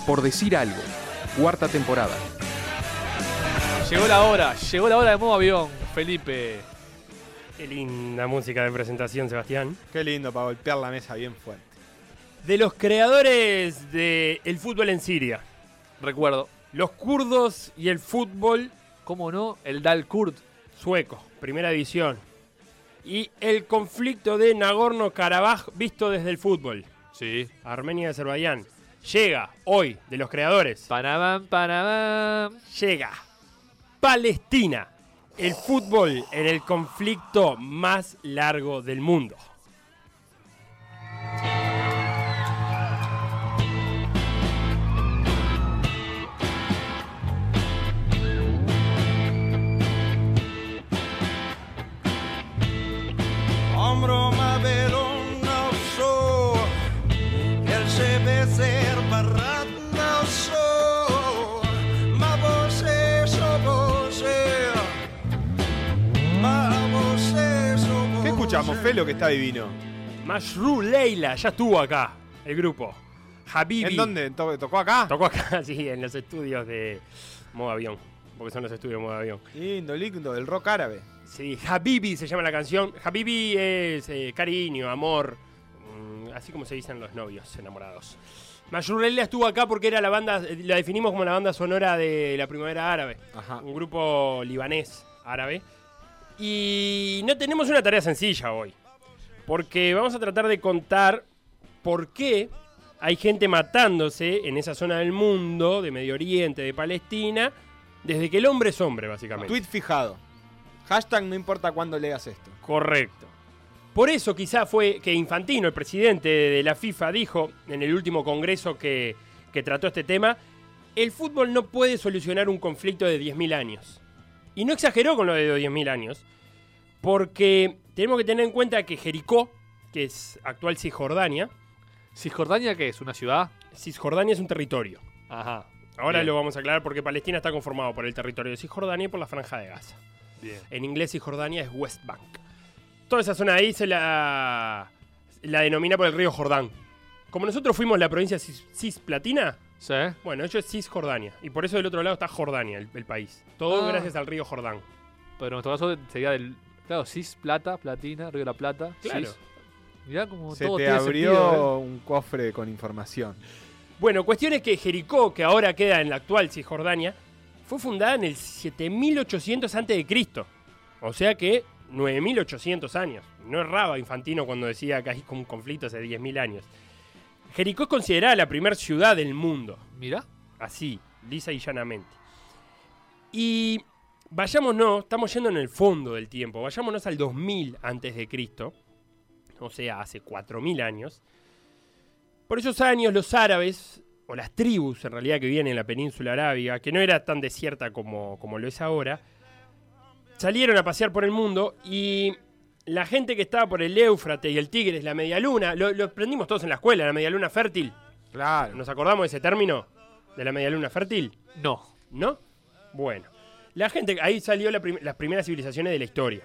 Por decir algo, 4ª temporada. Llegó la hora de modo avión, Felipe. Qué linda música de presentación, Sebastián. Qué lindo para golpear la mesa bien fuerte. De los creadores del fútbol en Siria. Recuerdo, Los kurdos y el fútbol ¿cómo no? El Dal Kurd. sueco, primera división. Y el conflicto de Nagorno-Karabaj visto desde el fútbol. Sí. Armenia y Azerbaiyán. Llega hoy, de los creadores, Panamá. llega Palestina. El fútbol en el conflicto más largo del mundo. عمره ما بالونه وشو كل شي بيصير براتنا وشو ما بوشي شو بوشي ما بوشي شو بوشي. ¿Qué escuchamos, Felo, que está divino? Mashru Leila, ya estuvo acá, el grupo. Habibi. ¿En dónde? ¿Tocó acá? Tocó acá, sí, en los estudios de Modo Avión. Porque son los estudios de Modo Avión. Lindo, lindo, del rock árabe. Sí, Habibi se llama la canción. Habibi es cariño, amor, así como se dicen los novios enamorados. Mashru Leila estuvo acá porque era la banda, la definimos como la banda sonora de la Primavera Árabe. Ajá. Un grupo libanés árabe. Y no tenemos una tarea sencilla hoy. Porque vamos a tratar de contar por qué hay gente matándose en esa zona del mundo, de Medio Oriente, de Palestina, desde que el hombre es hombre, básicamente. Tweet fijado. Hashtag no importa cuándo leas esto. Correcto. Por eso quizá fue que Infantino, el presidente de la FIFA, dijo en el último congreso que trató este tema, el fútbol no puede solucionar un conflicto de 10.000 años. Y no exageró con lo de 10.000 años, porque tenemos que tener en cuenta que Jericó, que es actual Cisjordania, ¿Cisjordania qué es? ¿Una ciudad? Cisjordania es un territorio. Ajá. Ahora Bien. lo vamos a aclarar porque Palestina está conformado por el territorio de Cisjordania y por la Franja de Gaza. Bien. En inglés Cisjordania es West Bank. Toda esa zona de ahí se la denomina por el río Jordán. Como nosotros fuimos la provincia Cisplatina, ¿Sí? bueno, ello es Cisjordania. Y por eso del otro lado está Jordania, el país. Todo Ah. gracias al río Jordán. Pero en nuestro caso sería del... Claro, Cis, Plata, Platina, Río de la Plata. Claro. Cis. Mirá como Se todo te tiene abrió sentido, un cofre con información. Bueno, cuestión es que Jericó, que ahora queda en la actual Cisjordania, fue fundada en el 7800 a.C. O sea que 9800 años. No erraba Infantino cuando decía que hay un conflicto hace 10.000 años. Jericó es considerada la primera ciudad del mundo. Mirá. Así, lisa y llanamente. Y vayámonos, estamos yendo en el fondo del tiempo, vayámonos al 2000 antes de Cristo, o sea, hace 4000 años. Por esos años los árabes, o las tribus en realidad que vivían en la península arábiga, que no era tan desierta como lo es ahora, salieron a pasear por el mundo y la gente que estaba por el Éufrates y el Tigris, la media luna, lo aprendimos todos en la escuela, la media luna fértil. Claro. ¿Nos acordamos de ese término? ¿De la media luna fértil? No. ¿No? Bueno. La gente, ahí salió las primeras civilizaciones de la historia.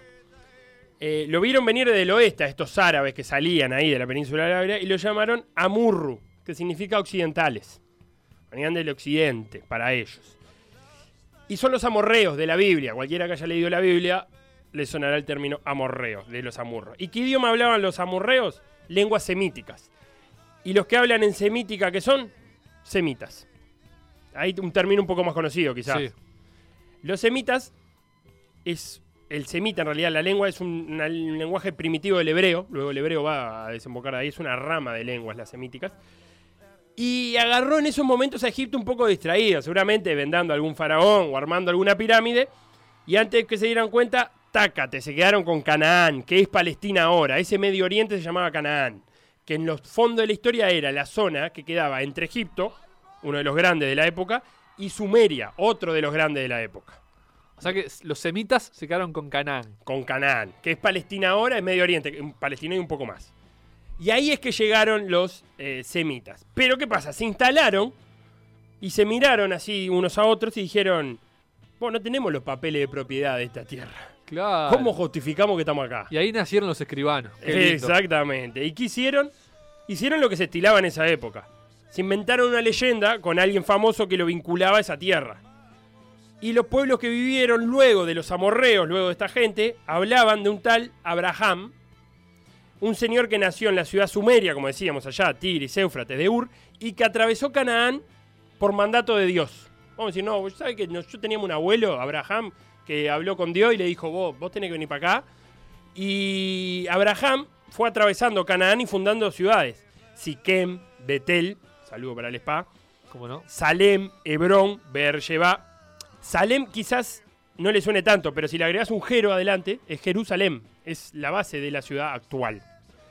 Lo vieron venir del oeste a estos árabes que salían ahí de la península arábiga y lo llamaron Amurru, que significa occidentales. Venían del occidente para ellos. Y son los amorreos de la Biblia. Cualquiera que haya leído la Biblia le sonará el término amorreos, de los amurros. ¿Y qué idioma hablaban los amorreos? Lenguas semíticas. Y los que hablan en semítica, ¿qué son? Semitas. Hay un término un poco más conocido, quizás. Sí. Los semitas es... El semita, en realidad, la lengua es un lenguaje primitivo del hebreo. Luego el hebreo va a desembocar ahí. Es una rama de lenguas, las semíticas. Y agarró en esos momentos a Egipto un poco distraído. Seguramente vendando a algún faraón o armando alguna pirámide. Y antes que se dieran cuenta, tácate, se quedaron con Canaán, que es Palestina ahora. Ese Medio Oriente se llamaba Canaán. Que en los fondos de la historia era la zona que quedaba entre Egipto, uno de los grandes de la época, y Sumeria, otro de los grandes de la época. O sea que los semitas se quedaron con Canaán. Con Canaán, que es Palestina ahora, es Medio Oriente, Palestina y un poco más. Y ahí es que llegaron los semitas. Pero ¿qué pasa? Se instalaron y se miraron así unos a otros y dijeron, bueno, no tenemos los papeles de propiedad de esta tierra. Claro. ¿Cómo justificamos que estamos acá? Y ahí nacieron los escribanos. Qué lindo. Exactamente. ¿Y qué hicieron? Hicieron lo que se estilaba en esa época. se inventaron una leyenda con alguien famoso que lo vinculaba a esa tierra. Y los pueblos que vivieron luego de los amorreos, luego de esta gente, hablaban de un tal Abraham, un señor que nació en la ciudad sumeria, como decíamos allá, Tigris, Éufrates, de Ur, y que atravesó Canaán por mandato de Dios. Vamos a decir, no, ¿sabes que yo teníamos un abuelo, Abraham, que habló con Dios y le dijo, vos tenés que venir para acá? Y Abraham fue atravesando Canaán y fundando ciudades. Siquem, Betel, saludo para el spa, ¿Cómo no? Salem, Hebrón, Beersheba. Salem quizás no le suene tanto, pero si le agregas un jero adelante, es Jerusalén. Es la base de la ciudad actual.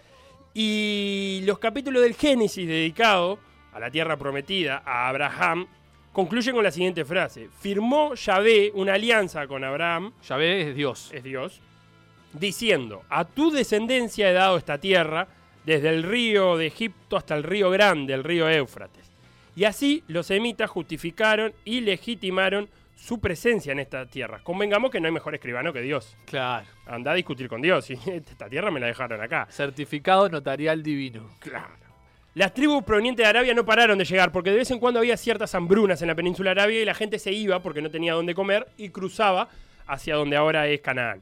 Y los capítulos del Génesis dedicados a la tierra prometida, a Abraham, concluyen con la siguiente frase. Firmó Yahvé una alianza con Abraham, Yahvé es Dios. es Dios, diciendo, a tu descendencia he dado esta tierra, desde el río de Egipto hasta el río grande, el río Éufrates. Y así los semitas justificaron y legitimaron su presencia en esta tierra. Convengamos que no hay mejor escribano que Dios. Claro. Andá a discutir con Dios. Y esta tierra me la dejaron acá. Certificado notarial divino. Claro. Las tribus provenientes de Arabia no pararon de llegar, porque de vez en cuando había ciertas hambrunas en la península arábiga y la gente se iba porque no tenía dónde comer y cruzaba hacia donde ahora es Canaán.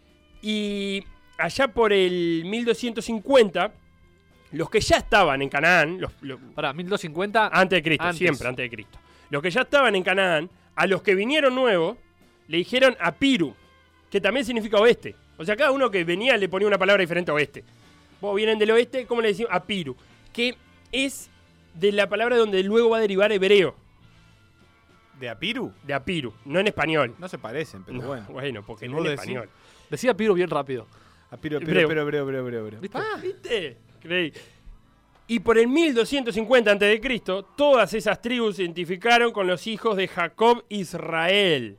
Y allá por el 1250, los que ya estaban en Canaán, Ahora, 1250. antes de Cristo, Antes. siempre antes de Cristo, los que ya estaban en Canaán, a los que vinieron nuevos, le dijeron Apiru, que también significa oeste. O sea, cada uno que venía le ponía una palabra diferente a oeste. Vos vienen del oeste, ¿cómo le decimos? Apiru, que es de la palabra donde luego va a derivar hebreo, ¿De Apiru? de Apiru, no en español. No se parecen, pero No, bueno. bueno, porque Si no vos en decís. español. Decía Piro bien rápido. Apiru, Hebreo. pero. ¿Viste? ¿Viste? Creí. Y por el 1250 a.C., todas esas tribus se identificaron con los hijos de Jacob Israel,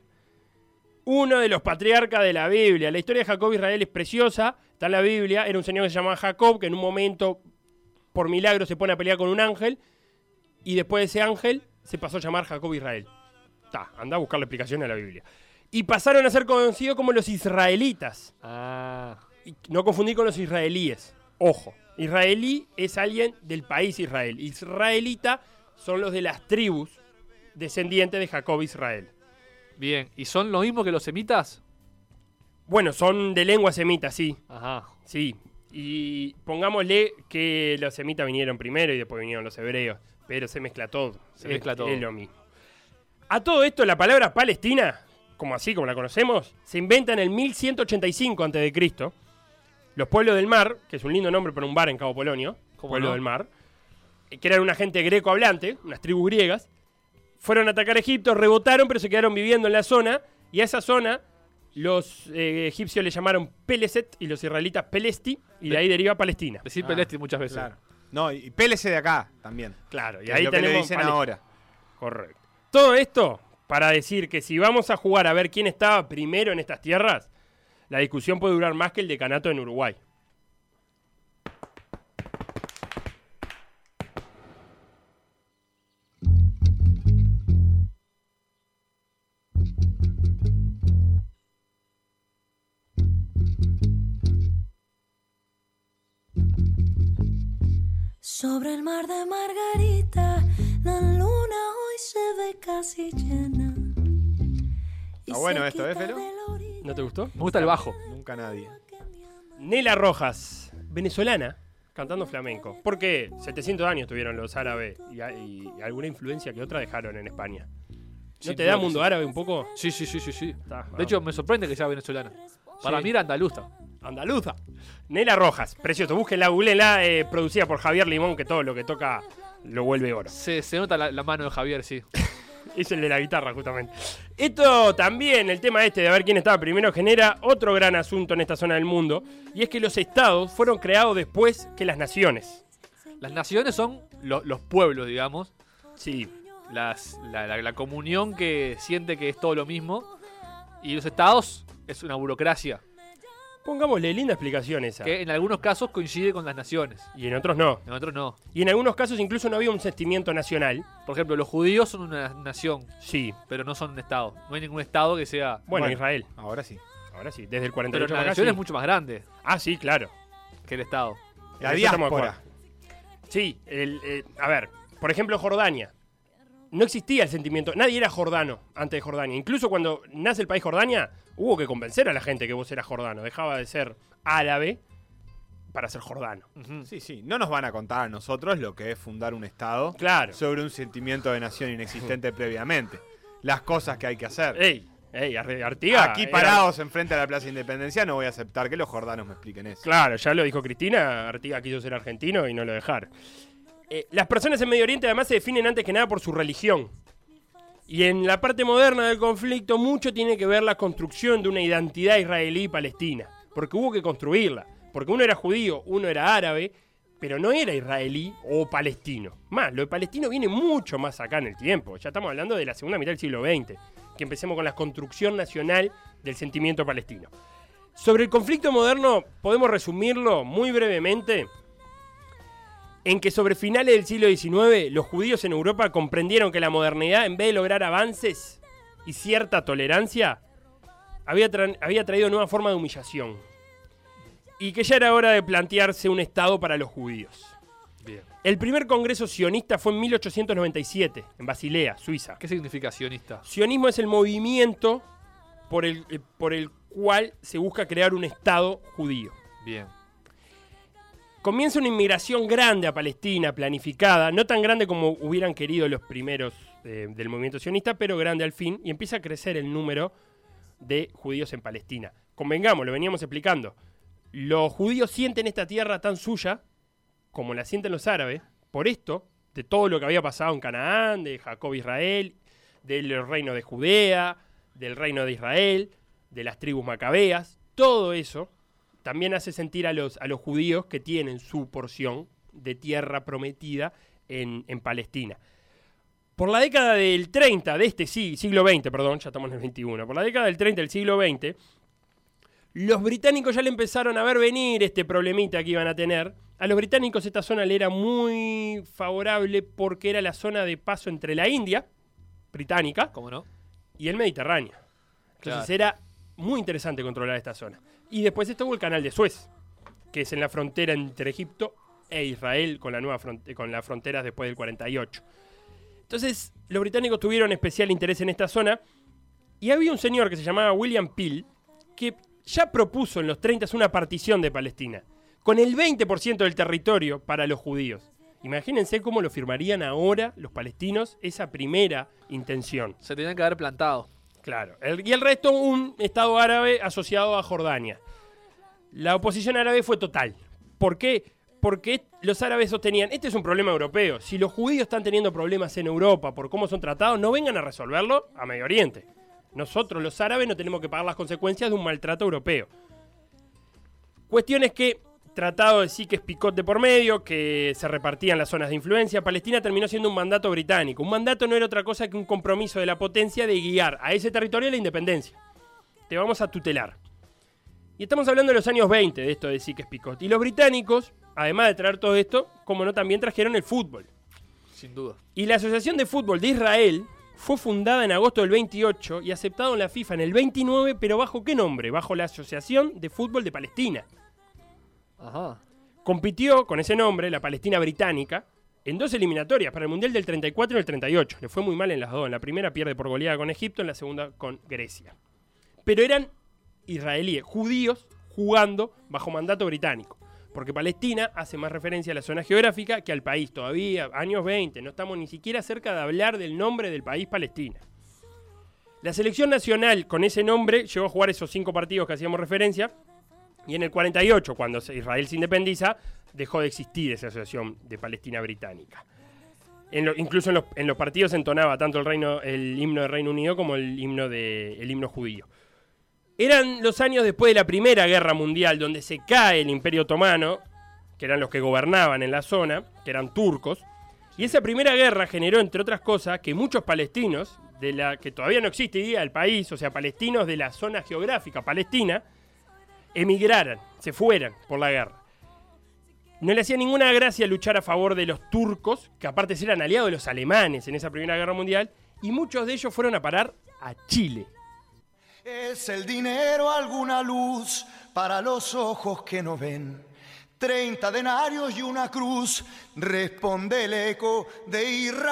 uno de los patriarcas de la Biblia. La historia de Jacob Israel es preciosa, está en la Biblia. Era un señor que se llamaba Jacob, que en un momento, por milagro, se pone a pelear con un ángel, y después de ese ángel se pasó a llamar Jacob Israel. Anda a buscar la explicación a la Biblia. Y pasaron a ser conocidos como los israelitas. Ah. Y no confundir con los israelíes. Ojo, israelí es alguien del país Israel. Israelita son los de las tribus descendientes de Jacob Israel. Bien. ¿Y son lo mismo que los semitas? Bueno, son de lengua semita, sí. Ajá. Sí. Y pongámosle que los semitas vinieron primero y después vinieron los hebreos. Pero se mezcla todo. Se mezcla todo. Es lo mismo. A todo esto, la palabra Palestina, como la conocemos, se inventa en el 1185 a.C. Los pueblos del mar, que es un lindo nombre para un bar en Cabo Polonio, ¿Cómo pueblo no? del mar, que eran una gente greco-hablante, unas tribus griegas, fueron a atacar Egipto, rebotaron, pero se quedaron viviendo en la zona, y a esa zona los egipcios le llamaron Peleset y los israelitas Pelesti, y de ahí deriva Palestina. Decir Ah, Pelestri muchas veces. Claro. No, y pélese de acá también. Claro, y Que ahí es lo que le tenemos dicen Palestina. ahora. Correcto. Todo esto para decir que si vamos a jugar a ver quién estaba primero en estas tierras, la discusión puede durar más que el decanato en Uruguay. Sobre el mar de Margarita, la luna hoy se ve casi llena. Está bueno esto, Felo? ¿No te gustó? Me gusta el bajo. Nunca nadie. Nela Rojas, venezolana, cantando flamenco. Porque 700 años tuvieron los árabes y alguna influencia que otra dejaron en España. ¿No Sin te da duda que mundo sí. árabe un poco? Sí, sí, sí, sí, sí. Está, De hecho, me sorprende que sea venezolana. Para Sí. mí era andaluza. Andaluza. Nela Rojas, precioso. Búsquenla, googleenla, producida por Javier Limón, que todo lo que toca lo vuelve oro. Se nota la mano de Javier, sí. Es el de la guitarra, justamente. Esto también, el tema este de ver quién estaba primero, genera otro gran asunto en esta zona del mundo. Y es que los estados fueron creados después que las naciones. Las naciones son los pueblos, digamos. Sí. La comunión que siente que es todo lo mismo. Y los estados es una burocracia Pongámosle linda explicación esa. que en algunos casos coincide con las naciones. Y en otros no. En otros no. Y en algunos casos incluso no había un sentimiento nacional. Por ejemplo, los judíos son una nación, Sí. pero no son un estado. No hay ningún estado que sea... Bueno, Bueno. Israel. Ahora sí. Ahora sí, desde el Pero 48 la para acá, nación sí. es mucho más grande Ah, sí, claro. que el estado. La En eso estamos de diáspora. acuerdo. Sí, a ver, Por ejemplo, Jordania. No existía el sentimiento, nadie era jordano antes de Jordania. Incluso cuando nace el país Jordania, hubo que convencer a la gente que vos eras jordano. Dejaba de ser árabe para ser jordano. Sí, no nos van a contar a nosotros lo que es fundar un Estado Claro. sobre un sentimiento de nación inexistente previamente. Las cosas que hay que hacer. Artigas. Aquí parados enfrente a la Plaza Independencia no voy a aceptar que los jordanos me expliquen eso. Claro, ya lo dijo Cristina, Artigas quiso ser argentino y no lo dejaron. Las personas en Medio Oriente además se definen antes que nada por su religión. Y en la parte moderna del conflicto mucho tiene que ver la construcción de una identidad israelí y palestina. Porque hubo que construirla. Porque uno era judío, uno era árabe, pero no era israelí o palestino. Más, lo de palestino viene mucho más acá en el tiempo. Ya estamos hablando de la segunda mitad del siglo XX. Que empecemos con la construcción nacional del sentimiento palestino. Sobre el conflicto moderno podemos resumirlo muy brevemente en que sobre finales del siglo XIX los judíos en Europa comprendieron que la modernidad, en vez de lograr avances y cierta tolerancia, había traído nueva forma de humillación. Y que ya era hora de plantearse un Estado para los judíos. Bien. El primer congreso sionista fue en 1897, en Basilea, Suiza. ¿Qué significa sionista? Sionismo es el movimiento por el cual se busca crear un Estado judío. Bien. Comienza una inmigración grande a Palestina, planificada, no tan grande como hubieran querido los primeros del movimiento sionista, pero grande al fin, y empieza a crecer el número de judíos en Palestina. Convengamos, lo veníamos explicando. Los judíos sienten esta tierra tan suya como la sienten los árabes, por esto, de todo lo que había pasado en Canaán, de Jacob Israel, del reino de Judea, del reino de Israel, de las tribus macabeas, todo eso también hace sentir a los judíos que tienen su porción de tierra prometida en Palestina. Por la década del 30 de este siglo XX, perdón, ya estamos en el 21, por la década del 30 del siglo XX, los británicos ya le empezaron a ver venir este problemita que iban a tener. A los británicos esta zona le era muy favorable porque era la zona de paso entre la India, británica, ¿Cómo no? y el Mediterráneo. Entonces era muy interesante controlar esta zona. Y después estuvo el canal de Suez, que es en la frontera entre Egipto e Israel con las fronteras después del 48. Entonces los británicos tuvieron especial interés en esta zona y había un señor que se llamaba William Peel que ya propuso en los 30 una partición de Palestina con el 20% del territorio para los judíos. Imagínense cómo lo firmarían ahora los palestinos esa primera intención. Se tenían que haber plantado. Claro. Y el resto un Estado árabe asociado a Jordania. La oposición árabe fue total. ¿Por qué? Porque los árabes sostenían, este es un problema europeo. Si los judíos están teniendo problemas en Europa por cómo son tratados, no vengan a resolverlo a Medio Oriente. Nosotros, los árabes, no tenemos que pagar las consecuencias de un maltrato europeo. Cuestión es que, tratado de Sykes-Picot de por medio, que se repartían las zonas de influencia, Palestina terminó siendo un mandato británico. Un mandato no era otra cosa que un compromiso de la potencia de guiar a ese territorio a la independencia. Te vamos a tutelar. Y estamos hablando de los años 20 de esto de Sykes-Picot. Y los británicos, además de traer todo esto, como no, también trajeron el fútbol. Sin duda. Y la Asociación de Fútbol de Israel fue fundada en agosto del 28 y aceptado en la FIFA en el 29, pero ¿bajo qué nombre? Bajo la Asociación de Fútbol de Palestina. Ajá. Compitió con ese nombre, la Palestina británica, en 2 eliminatorias, para el Mundial del 34 y el 38. Le fue muy mal en las dos. En la primera pierde por goleada con Egipto, en la segunda con Grecia. Pero eran israelíes, judíos, jugando bajo mandato británico. Porque Palestina hace más referencia a la zona geográfica que al país. Todavía, años 20, no estamos ni siquiera cerca de hablar del nombre del país Palestina. La selección nacional con ese nombre llegó a jugar esos 5 partidos que hacíamos referencia. Y en el 48, cuando Israel se independiza, dejó de existir esa asociación de Palestina británica. Incluso en los partidos entonaba tanto el himno del Reino Unido como el himno judío. Eran los años después de la Primera Guerra Mundial, donde se cae el Imperio Otomano, que eran los que gobernaban en la zona, que eran turcos. Y esa Primera Guerra generó, entre otras cosas, que muchos palestinos, que todavía no existía el país, o sea, palestinos de la zona geográfica palestina, emigraran, se fueran por la guerra. No le hacía ninguna gracia luchar a favor de los turcos, que aparte eran aliados de los alemanes en esa Primera Guerra Mundial, y muchos de ellos fueron a parar a Chile. ¿Es el dinero alguna luz para los ojos que no ven? 30 denarios y una cruz, responde el eco de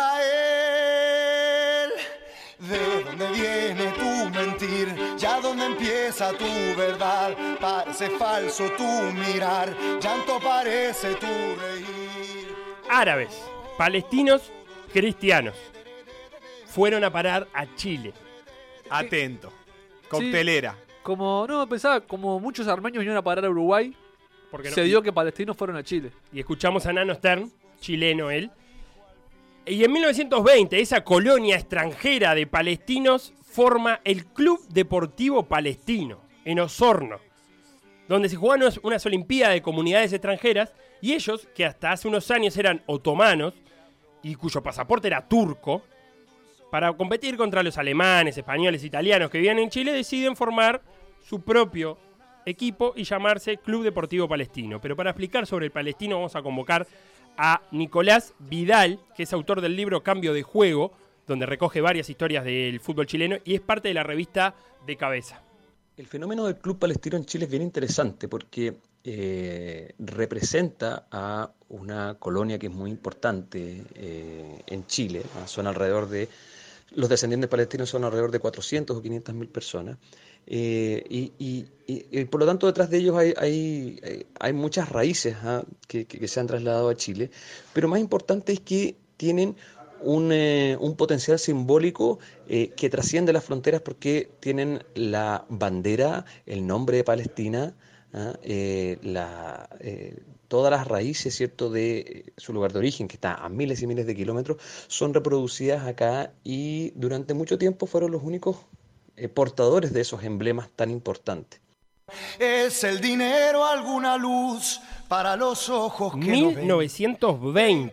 Israel. ¿De dónde viene tu mentir? ¿Ya dónde empieza tu verdad? Parece falso tu mirar, llanto parece tu reír. Árabes, palestinos, cristianos fueron a parar a Chile. Atento. Coctelera. Pensaba, como muchos armenios vinieron a parar a Uruguay, Porque se dio que palestinos fueron a Chile. Y escuchamos a Nano Stern, chileno él. Y en 1920, esa colonia extranjera de palestinos forma el Club Deportivo Palestino, en Osorno, donde se jugaban unas olimpiadas de comunidades extranjeras, y ellos, que hasta hace unos años eran otomanos, y cuyo pasaporte era turco, para competir contra los alemanes, españoles, italianos que vivían en Chile, deciden formar su propio equipo y llamarse Club Deportivo Palestino. Pero para explicar sobre el palestino vamos a convocar a Nicolás Vidal, que es autor del libro Cambio de Juego, donde recoge varias historias del fútbol chileno y es parte de la revista De Cabeza. El fenómeno del Club Palestino en Chile es bien interesante porque representa a una colonia que es muy importante en Chile. Son alrededor de, los descendientes palestinos son alrededor de 400 o 500 mil personas. Y por lo tanto detrás de ellos hay muchas raíces que se han trasladado a Chile, pero más importante es que tienen un potencial simbólico que trasciende las fronteras porque tienen la bandera, el nombre de Palestina, todas las raíces, ¿cierto?, de su lugar de origen, que está a miles y miles de kilómetros, son reproducidas acá y durante mucho tiempo fueron los únicos portadores de esos emblemas tan importantes. ¿Es el dinero alguna luz para los ojos que 1920.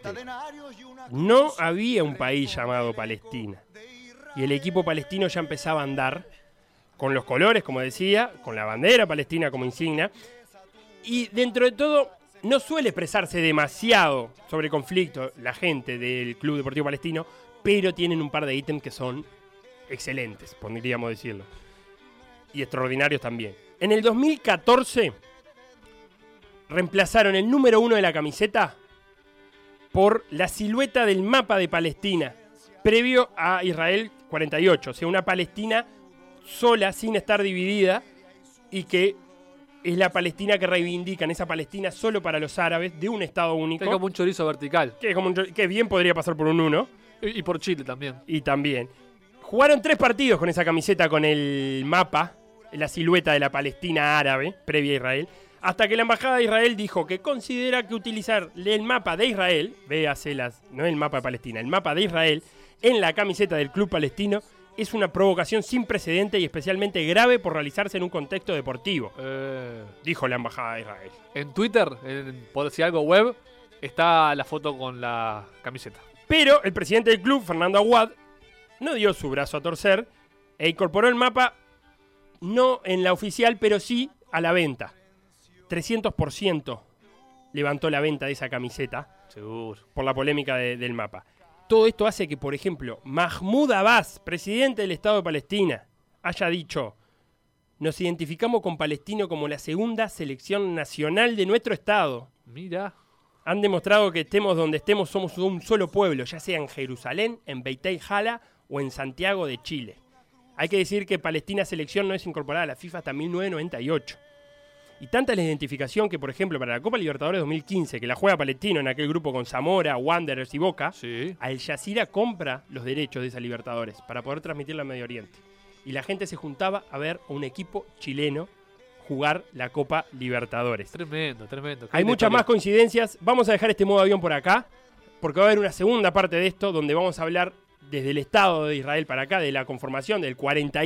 No había un país llamado Palestina. Y el equipo palestino ya empezaba a andar con los colores, como decía, con la bandera palestina como insignia. Y dentro de todo, no suele expresarse demasiado sobre conflicto la gente del Club Deportivo Palestino, pero tienen un par de ítems que son excelentes, podríamos decirlo. Y extraordinarios también. En el 2014 reemplazaron el número 1 de la camiseta por la silueta del mapa de Palestina, previo a Israel 48. O sea, una Palestina sola, sin estar dividida, y que es la Palestina que reivindican, esa Palestina solo para los árabes, de un Estado único. Es como un chorizo vertical. Que bien podría pasar por un 1. Y por Chile también. Y también. Jugaron 3 partidos con esa camiseta, con el mapa, la silueta de la Palestina árabe, previa a Israel, hasta que la Embajada de Israel dijo que considera que utilizar el mapa de Israel, véase no el mapa de Palestina, el mapa de Israel, en la camiseta del Club Palestino, es una provocación sin precedente y especialmente grave por realizarse en un contexto deportivo, dijo la Embajada de Israel. En Twitter, por si algo web, está la foto con la camiseta. Pero el presidente del club, Fernando Aguad, no dio su brazo a torcer e incorporó el mapa no en la oficial, pero sí a la venta. 300% levantó la venta de esa camiseta. Seguro. Por la polémica del mapa. Todo esto hace que, por ejemplo, Mahmoud Abbas, presidente del Estado de Palestina, haya dicho: nos identificamos con Palestino como la segunda selección nacional de nuestro Estado. Mira. Han demostrado que estemos donde estemos, somos un solo pueblo, ya sea en Jerusalén, en Beit el-Jala o en Santiago de Chile. Hay que decir que Palestina Selección no es incorporada a la FIFA hasta 1998. Y tanta es la identificación que, por ejemplo, para la Copa Libertadores 2015, que la juega Palestino en aquel grupo con Zamora, Wanderers y Boca, sí, Al Jazeera compra los derechos de esa Libertadores para poder transmitirla en Medio Oriente. Y la gente se juntaba a ver a un equipo chileno jugar la Copa Libertadores. Tremendo, tremendo. Hay muchas más coincidencias. Vamos a dejar este modo avión por acá, porque va a haber una segunda parte de esto, donde vamos a hablar desde el Estado de Israel para acá, de la conformación del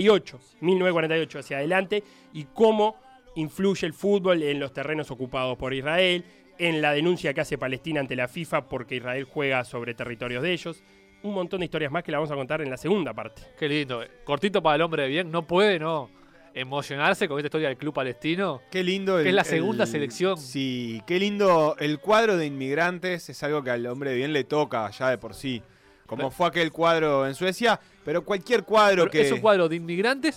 1948 hacia adelante, y cómo influye el fútbol en los terrenos ocupados por Israel, en la denuncia que hace Palestina ante la FIFA porque Israel juega sobre territorios de ellos. Un montón de historias más que la vamos a contar en la segunda parte. Qué lindo. Cortito para el hombre de bien. No puede no emocionarse con esta historia del Club Palestino. Qué lindo. Que es la segunda selección. Sí, qué lindo. El cuadro de inmigrantes es algo que al hombre de bien le toca ya de por sí. Como fue aquel cuadro en Suecia, pero cualquier cuadro pero es un cuadro de inmigrantes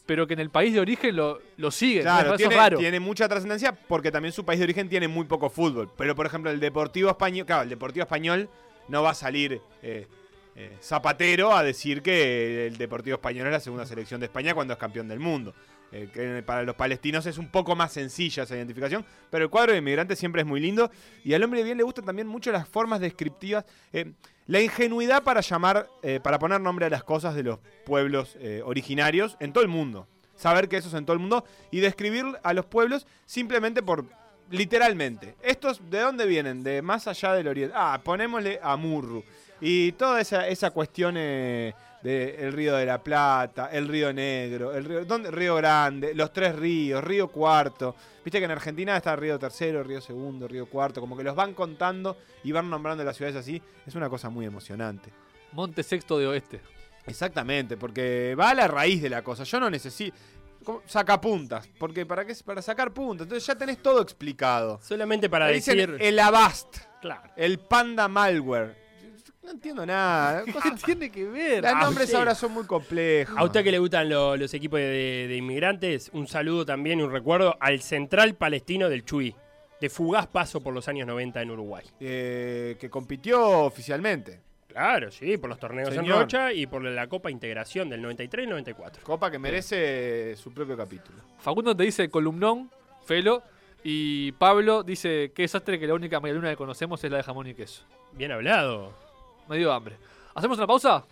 pero que en el país de origen lo siguen. Claro, Eso es raro. tiene mucha trascendencia porque también su país de origen tiene muy poco fútbol. Pero, por ejemplo, el Deportivo Español, claro, el Deportivo Español no va a salir Zapatero a decir que el Deportivo Español es la segunda selección de España cuando es campeón del mundo. Que para los palestinos es un poco más sencilla esa identificación, pero el cuadro de Inmigrantes siempre es muy lindo. Y al hombre de bien le gustan también mucho las formas descriptivas, la ingenuidad para para poner nombre a las cosas de los pueblos originarios en todo el mundo. Saber que eso es en todo el mundo y describir a los pueblos simplemente literalmente. ¿Estos de dónde vienen? De más allá del oriente. Ponémosle Amurru. Y toda esa cuestión del Río de la Plata, el Río Negro, Río Grande, los 3 ríos, Río Cuarto. Viste que en Argentina está Río Tercero, Río Segundo, Río Cuarto. Como que los van contando y van nombrando las ciudades así. Es una cosa muy emocionante. Monte Sexto de Oeste. Exactamente, porque va a la raíz de la cosa. Yo no necesito... Sacapuntas, porque para sacar puntas. Entonces ya tenés todo explicado. Solamente para Dicen decir... el Avast, Claro. el Panda Malware. No entiendo nada. ¿Qué tiene que ver? Los nombres sí. ahora son muy complejos. A usted que le gustan los equipos de inmigrantes, un saludo también y un recuerdo al Central Palestino del Chuy, de fugaz paso por los años 90 en Uruguay. Que compitió oficialmente. Claro, sí, por los torneos en Señor. Rocha y por la Copa Integración del 93 y 94. Copa que merece su propio capítulo. Facundo te dice columnón, Felo. Y Pablo dice, qué desastre que la única medialuna que conocemos es la de jamón y queso. Bien hablado. Me dio hambre. ¿Hacemos una pausa?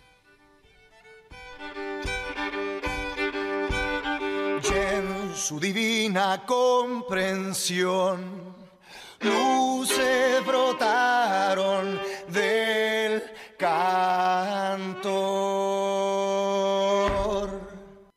Y en su divina comprensión, luces brotaron del canto.